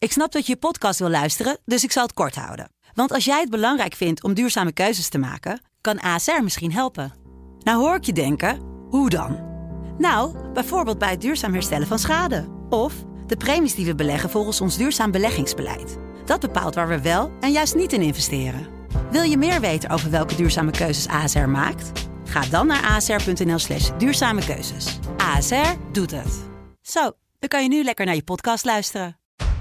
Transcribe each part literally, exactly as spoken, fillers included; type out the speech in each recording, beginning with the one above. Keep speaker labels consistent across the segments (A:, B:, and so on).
A: Ik snap dat je je podcast wil luisteren, dus ik zal het kort houden. Want als jij het belangrijk vindt om duurzame keuzes te maken, kan A S R misschien helpen. Nou hoor ik je denken, hoe dan? Nou, bijvoorbeeld bij het duurzaam herstellen van schade. Of de premies die we beleggen volgens ons duurzaam beleggingsbeleid. Dat bepaalt waar we wel en juist niet in investeren. Wil je meer weten over welke duurzame keuzes A S R maakt? Ga dan naar asr.nl slash duurzame keuzes. A S R doet het. Zo, dan kan je nu lekker naar je podcast luisteren.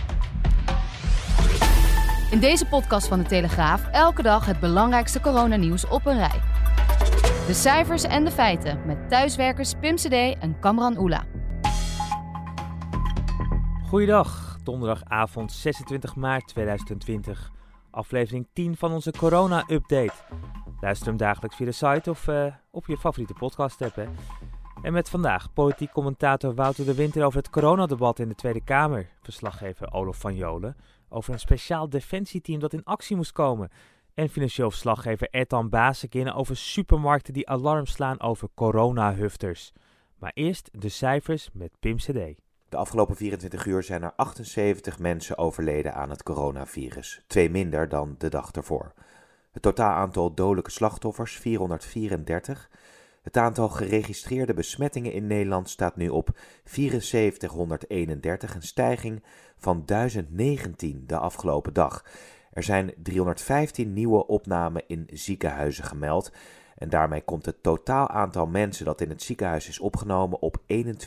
B: In deze podcast van De Telegraaf elke dag het belangrijkste coronanieuws op een rij. De cijfers en de feiten met thuiswerkers Pim C D en Kamran Oela.
C: Goeiedag, donderdagavond zesentwintig maart tweeduizend twintig, aflevering tien van onze corona-update. Luister hem dagelijks via de site of uh, op je favoriete podcast-app. Hè. En met vandaag politiek commentator Wouter de Winter over het coronadebat in de Tweede Kamer. Verslaggever Olof van Jolen over een speciaal defensieteam dat in actie moest komen. En financieel verslaggever Ertan Baasekin over supermarkten die alarm slaan over coronahufters. Maar eerst de cijfers met Pim C D.
D: De afgelopen vierentwintig uur zijn er achtenzeventig mensen overleden aan het coronavirus. Twee minder dan de dag ervoor. Het totaal aantal dodelijke slachtoffers vierhonderdvierendertig. Het aantal geregistreerde besmettingen in Nederland staat nu op vierenzeventighonderdeenendertig, een stijging van duizend negentien de afgelopen dag. Er zijn driehonderdvijftien nieuwe opnamen in ziekenhuizen gemeld en daarmee komt het totaal aantal mensen dat in het ziekenhuis is opgenomen op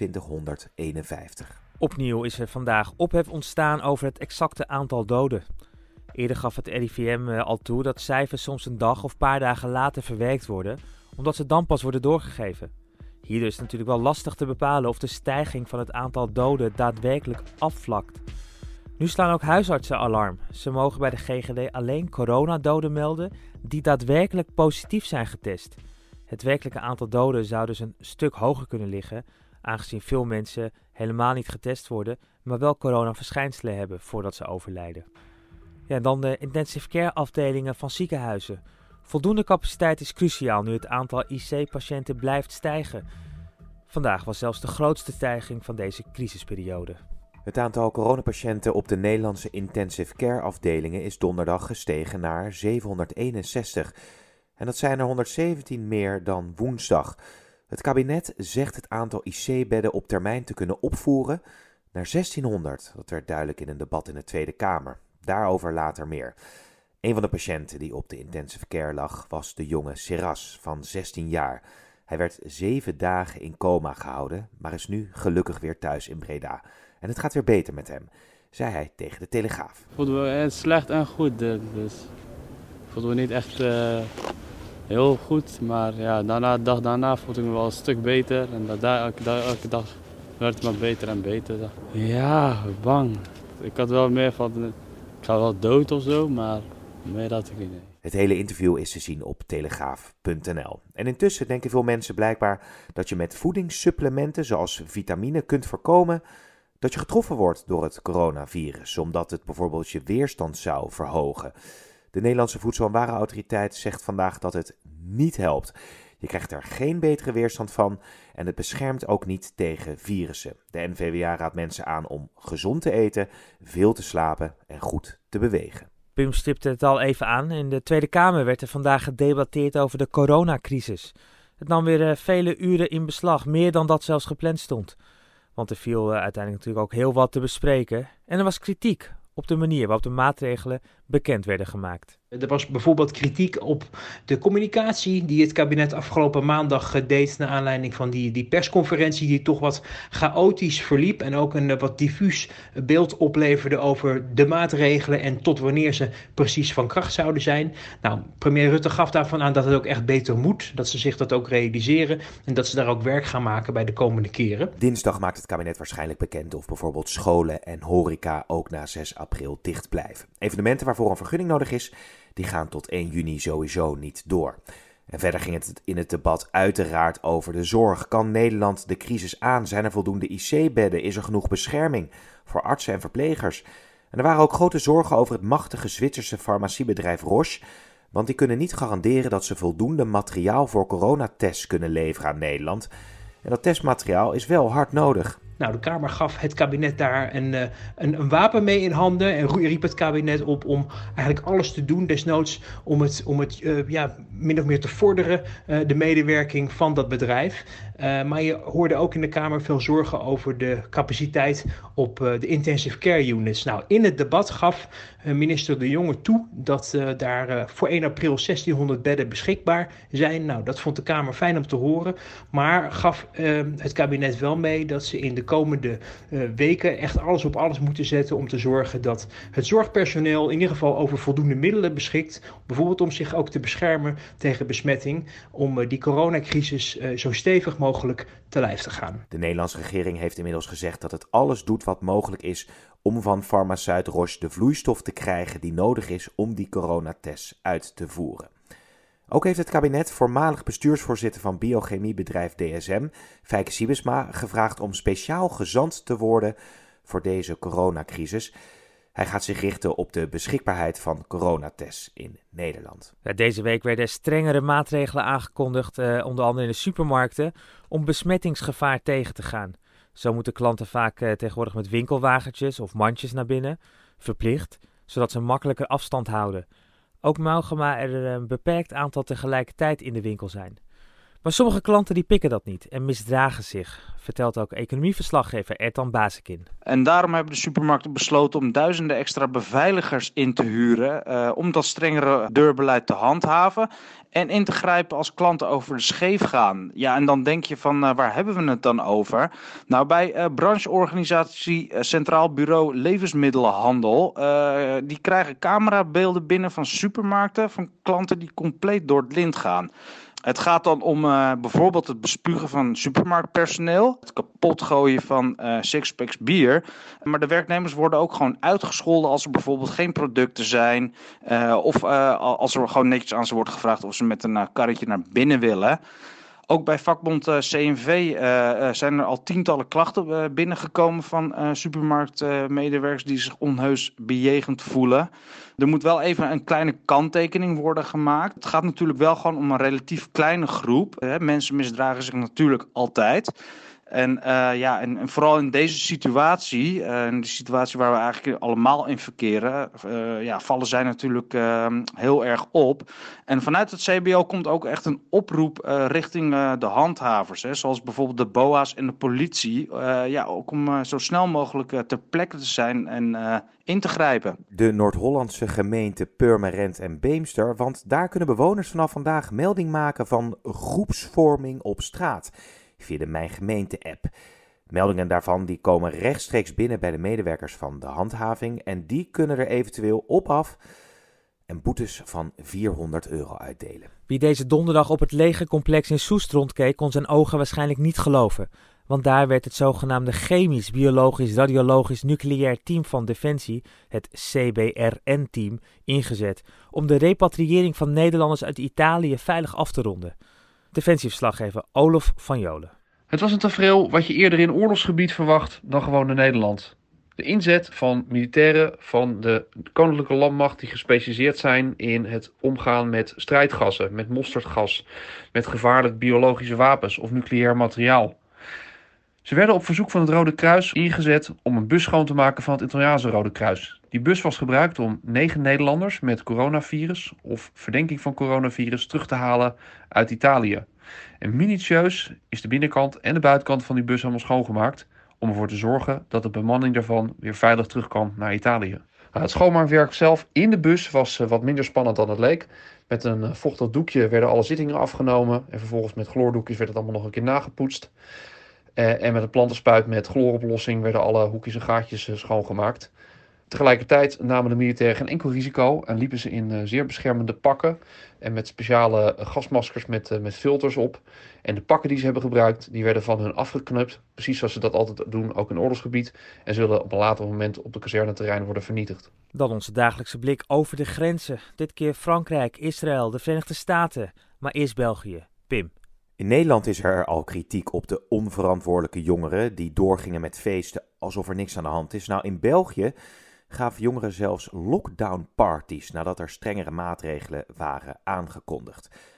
D: eenentwintighonderdeenenvijftig.
C: Opnieuw is er vandaag ophef ontstaan over het exacte aantal doden. Eerder gaf het R I V M al toe dat cijfers soms een dag of paar dagen later verwerkt worden, omdat ze dan pas worden doorgegeven. Hierdoor is het natuurlijk wel lastig te bepalen of de stijging van het aantal doden daadwerkelijk afvlakt. Nu slaan ook huisartsen alarm. Ze mogen bij de G G D alleen coronadoden melden die daadwerkelijk positief zijn getest. Het werkelijke aantal doden zou dus een stuk hoger kunnen liggen, aangezien veel mensen helemaal niet getest worden, maar wel coronaverschijnselen hebben voordat ze overlijden. Ja, dan de intensive care afdelingen van ziekenhuizen. Voldoende capaciteit is cruciaal nu het aantal I C-patiënten blijft stijgen. Vandaag was zelfs de grootste stijging van deze crisisperiode.
D: Het aantal coronapatiënten op de Nederlandse intensive care afdelingen is donderdag gestegen naar zevenhonderdeenenzestig. En dat zijn er honderdzeventien meer dan woensdag. Het kabinet zegt het aantal I C-bedden op termijn te kunnen opvoeren naar zestienhonderd. Dat werd duidelijk in een debat in de Tweede Kamer. Daarover later meer. Een van de patiënten die op de intensive care lag was de jonge Siras van zestien jaar. Hij werd zeven dagen in coma gehouden, maar is nu gelukkig weer thuis in Breda. En het gaat weer beter met hem, zei hij tegen de Telegraaf.
E: Voelden we slecht en goed, dus voelden we niet echt uh, heel goed. Maar ja, daarna, de dag daarna voelde ik me wel een stuk beter. En dat, elke, dag, elke dag werd het maar beter en beter. Ja, bang. Ik had wel meer van, ik ga wel dood of zo, maar meer had ik niet. Nee.
D: Het hele interview is te zien op telegraaf punt n l. En intussen denken veel mensen blijkbaar dat je met voedingssupplementen zoals vitamine kunt voorkomen dat je getroffen wordt door het coronavirus, omdat het bijvoorbeeld je weerstand zou verhogen. De Nederlandse Voedsel- en Warenautoriteit zegt vandaag dat het niet helpt. Je krijgt er geen betere weerstand van en het beschermt ook niet tegen virussen. De N V W A raadt mensen aan om gezond te eten, veel te slapen en goed te bewegen.
C: Pim stipte het al even aan. In de Tweede Kamer werd er vandaag gedebatteerd over de coronacrisis. Het nam weer uh, vele uren in beslag, meer dan dat zelfs gepland stond. Want er viel uh, uiteindelijk natuurlijk ook heel wat te bespreken. En er was kritiek op de manier waarop de maatregelen bekend werden gemaakt.
F: Er was bijvoorbeeld kritiek op de communicatie die het kabinet afgelopen maandag deed naar aanleiding van die, die persconferentie die toch wat chaotisch verliep en ook een wat diffuus beeld opleverde over de maatregelen en tot wanneer ze precies van kracht zouden zijn. Nou, premier Rutte gaf daarvan aan dat het ook echt beter moet, dat ze zich dat ook realiseren en dat ze daar ook werk gaan maken bij de komende keren.
D: Dinsdag maakt het kabinet waarschijnlijk bekend of bijvoorbeeld scholen en horeca ook na zes april dicht blijven. Evenementen waarvoor een vergunning nodig is, die gaan tot één juni sowieso niet door. En verder ging het in het debat uiteraard over de zorg. Kan Nederland de crisis aan? Zijn er voldoende I C-bedden? Is er genoeg bescherming voor artsen en verplegers? En er waren ook grote zorgen over het machtige Zwitserse farmaciebedrijf Roche, want die kunnen niet garanderen dat ze voldoende materiaal voor coronatests kunnen leveren aan Nederland. En dat testmateriaal is wel hard nodig.
F: Nou, de Kamer gaf het kabinet daar een, uh, een, een wapen mee in handen en riep het kabinet op om eigenlijk alles te doen, desnoods om het, om het uh, ja, min of meer te vorderen, uh, de medewerking van dat bedrijf. Uh, maar je hoorde ook in de Kamer veel zorgen over de capaciteit op uh, de intensive care units. Nou, in het debat gaf uh, minister De Jonge toe dat uh, daar uh, voor één april zestienhonderd bedden beschikbaar zijn. Nou, dat vond de Kamer fijn om te horen, maar gaf uh, het kabinet wel mee dat ze in de komende uh, weken echt alles op alles moeten zetten om te zorgen dat het zorgpersoneel in ieder geval over voldoende middelen beschikt, bijvoorbeeld om zich ook te beschermen tegen besmetting, om uh, die coronacrisis uh, zo stevig mogelijk te lijf te gaan.
D: De Nederlandse regering heeft inmiddels gezegd dat het alles doet wat mogelijk is om van farmaceut Roche de vloeistof te krijgen die nodig is om die coronatest uit te voeren. Ook heeft het kabinet voormalig bestuursvoorzitter van biochemiebedrijf D S M, Fijke Siebesma, gevraagd om speciaal gezant te worden voor deze coronacrisis. Hij gaat zich richten op de beschikbaarheid van coronatests in Nederland.
C: Ja, deze week werden strengere maatregelen aangekondigd, eh, onder andere in de supermarkten, om besmettingsgevaar tegen te gaan. Zo moeten klanten vaak eh, tegenwoordig met winkelwagentjes of mandjes naar binnen, verplicht, zodat ze makkelijker afstand houden. Ook mogen er een beperkt aantal tegelijkertijd in de winkel zijn. Maar sommige klanten die pikken dat niet en misdragen zich, vertelt ook economieverslaggever Ertan Basekin.
G: En daarom hebben de supermarkten besloten om duizenden extra beveiligers in te huren, uh, om dat strengere deurbeleid te handhaven en in te grijpen als klanten over de scheef gaan. Ja, en dan denk je van, uh, waar hebben we het dan over? Nou, bij uh, brancheorganisatie uh, Centraal Bureau Levensmiddelenhandel, uh, die krijgen camerabeelden binnen van supermarkten van klanten die compleet door het lint gaan. Het gaat dan om uh, bijvoorbeeld het bespugen van supermarktpersoneel, het kapotgooien van uh, sixpacks bier. Maar de werknemers worden ook gewoon uitgescholden als er bijvoorbeeld geen producten zijn. Uh, of uh, als er gewoon netjes aan ze wordt gevraagd of ze met een uh, karretje naar binnen willen. Ook bij vakbond uh, C N V uh, uh, zijn er al tientallen klachten uh, binnengekomen van uh, supermarktmedewerkers uh, die zich onheus bejegend voelen. Er moet wel even een kleine kanttekening worden gemaakt. Het gaat natuurlijk wel gewoon om een relatief kleine groep. Hè. Mensen misdragen zich natuurlijk altijd. En, uh, ja, en, en vooral in deze situatie, uh, in de situatie waar we eigenlijk allemaal in verkeren, uh, ja, vallen zij natuurlijk uh, heel erg op. En vanuit het C B O komt ook echt een oproep uh, richting uh, de handhavers, hè, zoals bijvoorbeeld de B O A's en de politie, uh, ja, ook om uh, zo snel mogelijk uh, ter plekke te zijn en uh, in te grijpen.
D: De Noord-Hollandse gemeente Purmerend en Beemster, want daar kunnen bewoners vanaf vandaag melding maken van groepsvorming op straat via de Mijn Gemeente-app. Meldingen daarvan die komen rechtstreeks binnen bij de medewerkers van de handhaving en die kunnen er eventueel op af en boetes van vierhonderd euro uitdelen.
C: Wie deze donderdag op het legercomplex in Soest rondkeek, kon zijn ogen waarschijnlijk niet geloven. Want daar werd het zogenaamde chemisch, biologisch, radiologisch, nucleair team van Defensie, het C B R N-team, ingezet om de repatriëring van Nederlanders uit Italië veilig af te ronden. Defensieverslaggever Olof van Jolen.
H: Het was een tafereel wat je eerder in oorlogsgebied verwacht dan gewoon in Nederland. De inzet van militairen van de Koninklijke Landmacht die gespecialiseerd zijn in het omgaan met strijdgassen, met mosterdgas, met gevaarlijk biologische wapens of nucleair materiaal. Ze werden op verzoek van het Rode Kruis ingezet om een bus schoon te maken van het Italiaanse Rode Kruis. Die bus was gebruikt om negen Nederlanders met coronavirus of verdenking van coronavirus terug te halen uit Italië. En minutieus is de binnenkant en de buitenkant van die bus helemaal schoongemaakt om ervoor te zorgen dat de bemanning daarvan weer veilig terug kan naar Italië. Nou, het schoonmaakwerk zelf in de bus was wat minder spannend dan het leek. Met een vochtig doekje werden alle zittingen afgenomen en vervolgens met chloordoekjes werd het allemaal nog een keer nagepoetst. Uh, en met een plantenspuit met chloroplossing werden alle hoekjes en gaatjes uh, schoongemaakt. Tegelijkertijd namen de militairen geen enkel risico en liepen ze in uh, zeer beschermende pakken en met speciale uh, gasmaskers met, uh, met filters op. En de pakken die ze hebben gebruikt, die werden van hun afgeknipt, precies zoals ze dat altijd doen, ook in oorlogsgebied, en zullen op een later moment op de kazerneterrein worden vernietigd.
C: Dan onze dagelijkse blik over de grenzen. Dit keer Frankrijk, Israël, de Verenigde Staten, maar eerst België. Pim.
D: In Nederland is er al kritiek op de onverantwoordelijke jongeren die doorgingen met feesten alsof er niks aan de hand is. Nou, in België gaven jongeren zelfs lockdown parties nadat er strengere maatregelen waren aangekondigd.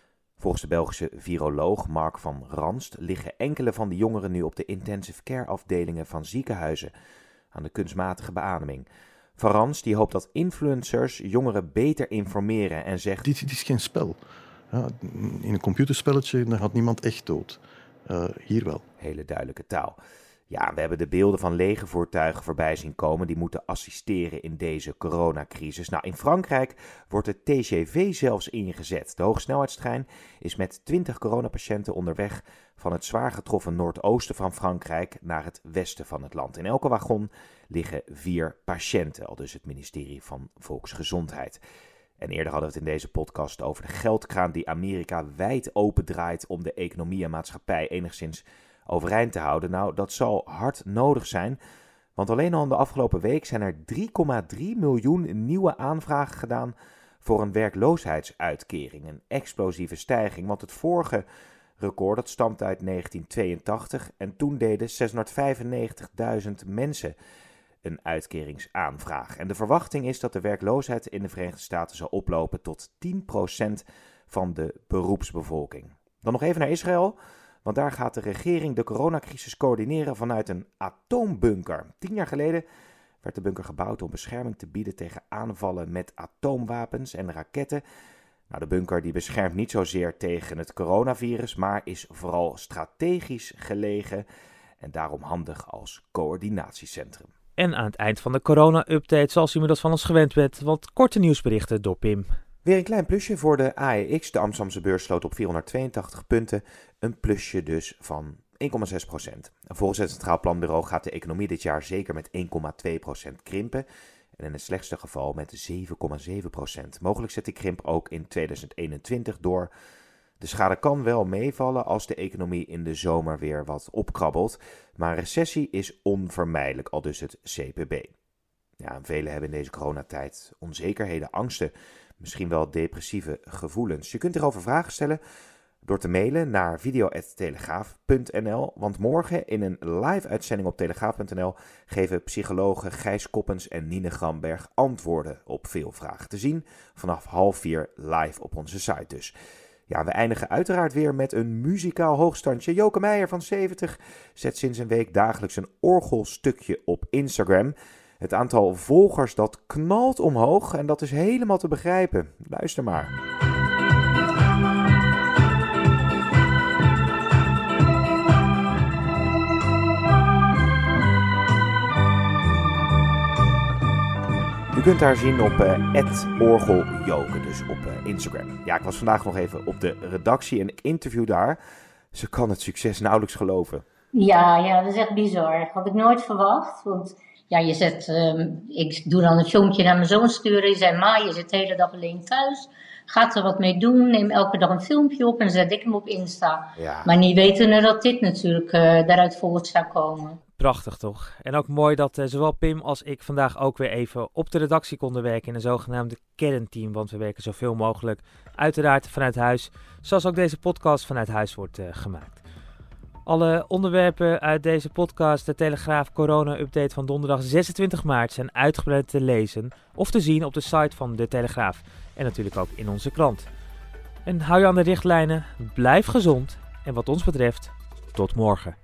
D: Volgens de Belgische viroloog Mark van Ranst liggen enkele van de jongeren nu op de intensive care afdelingen van ziekenhuizen aan de kunstmatige beademing. Van Ranst die hoopt dat influencers jongeren beter informeren en zegt:
I: Dit, dit is geen spel. Ja, in een computerspelletje daar gaat niemand echt dood. Uh, hier wel.
D: Hele duidelijke taal. Ja, we hebben de beelden van legervoertuigen voorbij zien komen die moeten assisteren in deze coronacrisis. Nou, in Frankrijk wordt de T G V zelfs ingezet. De hogesnelheidstrein is met twintig coronapatiënten onderweg van het zwaar getroffen noordoosten van Frankrijk naar het westen van het land. In elke wagon liggen vier patiënten, aldus het ministerie van Volksgezondheid. En eerder hadden we het in deze podcast over de geldkraan die Amerika wijd opendraait om de economie en maatschappij enigszins overeind te houden. Nou, dat zal hard nodig zijn, want alleen al in de afgelopen week zijn er drie komma drie miljoen nieuwe aanvragen gedaan voor een werkloosheidsuitkering. Een explosieve stijging, want het vorige record dat stamt uit negentien tweeëntachtig en toen deden zeshonderdvijfennegentigduizend mensen een uitkeringsaanvraag. En de verwachting is dat de werkloosheid in de Verenigde Staten zal oplopen tot tien procent van de beroepsbevolking. Dan nog even naar Israël, want daar gaat de regering de coronacrisis coördineren vanuit een atoombunker. Tien jaar geleden werd de bunker gebouwd om bescherming te bieden tegen aanvallen met atoomwapens en raketten. Nou, de bunker die beschermt niet zozeer tegen het coronavirus, maar is vooral strategisch gelegen en daarom handig als coördinatiecentrum.
C: En aan het eind van de corona-update, zoals u inmiddels van ons gewend bent, wat korte nieuwsberichten door Pim.
D: Weer een klein plusje voor de A E X. De Amsterdamse beurs sloot op vierhonderdtweeëntachtig punten. Een plusje dus van één komma zes procent. Volgens het Centraal Planbureau gaat de economie dit jaar zeker met één komma twee procent krimpen. En in het slechtste geval met zeven komma zeven procent. Mogelijk zet die krimp ook in tweeduizend eenentwintig door. De schade kan wel meevallen als de economie in de zomer weer wat opkrabbelt. Maar een recessie is onvermijdelijk, aldus het C P B. Ja, en velen hebben in deze coronatijd onzekerheden, angsten, misschien wel depressieve gevoelens. Je kunt erover vragen stellen door te mailen naar video at telegraaf punt n l. Want morgen in een live uitzending op telegraaf punt n l geven psychologen Gijs Koppens en Nine Gramberg antwoorden op veel vragen. Te zien vanaf half vier live op onze site dus. Ja, we eindigen uiteraard weer met een muzikaal hoogstandje. Joke Meijer van zeventig zet sinds een week dagelijks een orgelstukje op Instagram. Het aantal volgers dat knalt omhoog en dat is helemaal te begrijpen. Luister maar. U kunt haar zien op uh, at orgeljoke, dus op uh, Instagram. Ja, ik was vandaag nog even op de redactie en ik interviewde haar. Ze kan het succes nauwelijks geloven.
J: Ja, ja, dat is echt bizar. Had ik nooit verwacht, want ja, je zet, um, ik doe dan een filmpje naar mijn zoon sturen. Die zei, ma, je zit de hele dag alleen thuis. Gaat er wat mee doen, neem elke dag een filmpje op en zet ik hem op Insta. Ja. Maar niet wetende dat dit natuurlijk uh, daaruit voort zou komen.
C: Prachtig toch? En ook mooi dat uh, zowel Pim als ik vandaag ook weer even op de redactie konden werken in een zogenaamde kernteam. Want we werken zoveel mogelijk uiteraard vanuit huis, zoals ook deze podcast vanuit huis wordt uh, gemaakt. Alle onderwerpen uit deze podcast, de Telegraaf Corona-update van donderdag zesentwintig maart, zijn uitgebreid te lezen of te zien op de site van de Telegraaf. En natuurlijk ook in onze krant. En hou je aan de richtlijnen, blijf gezond en wat ons betreft, tot morgen.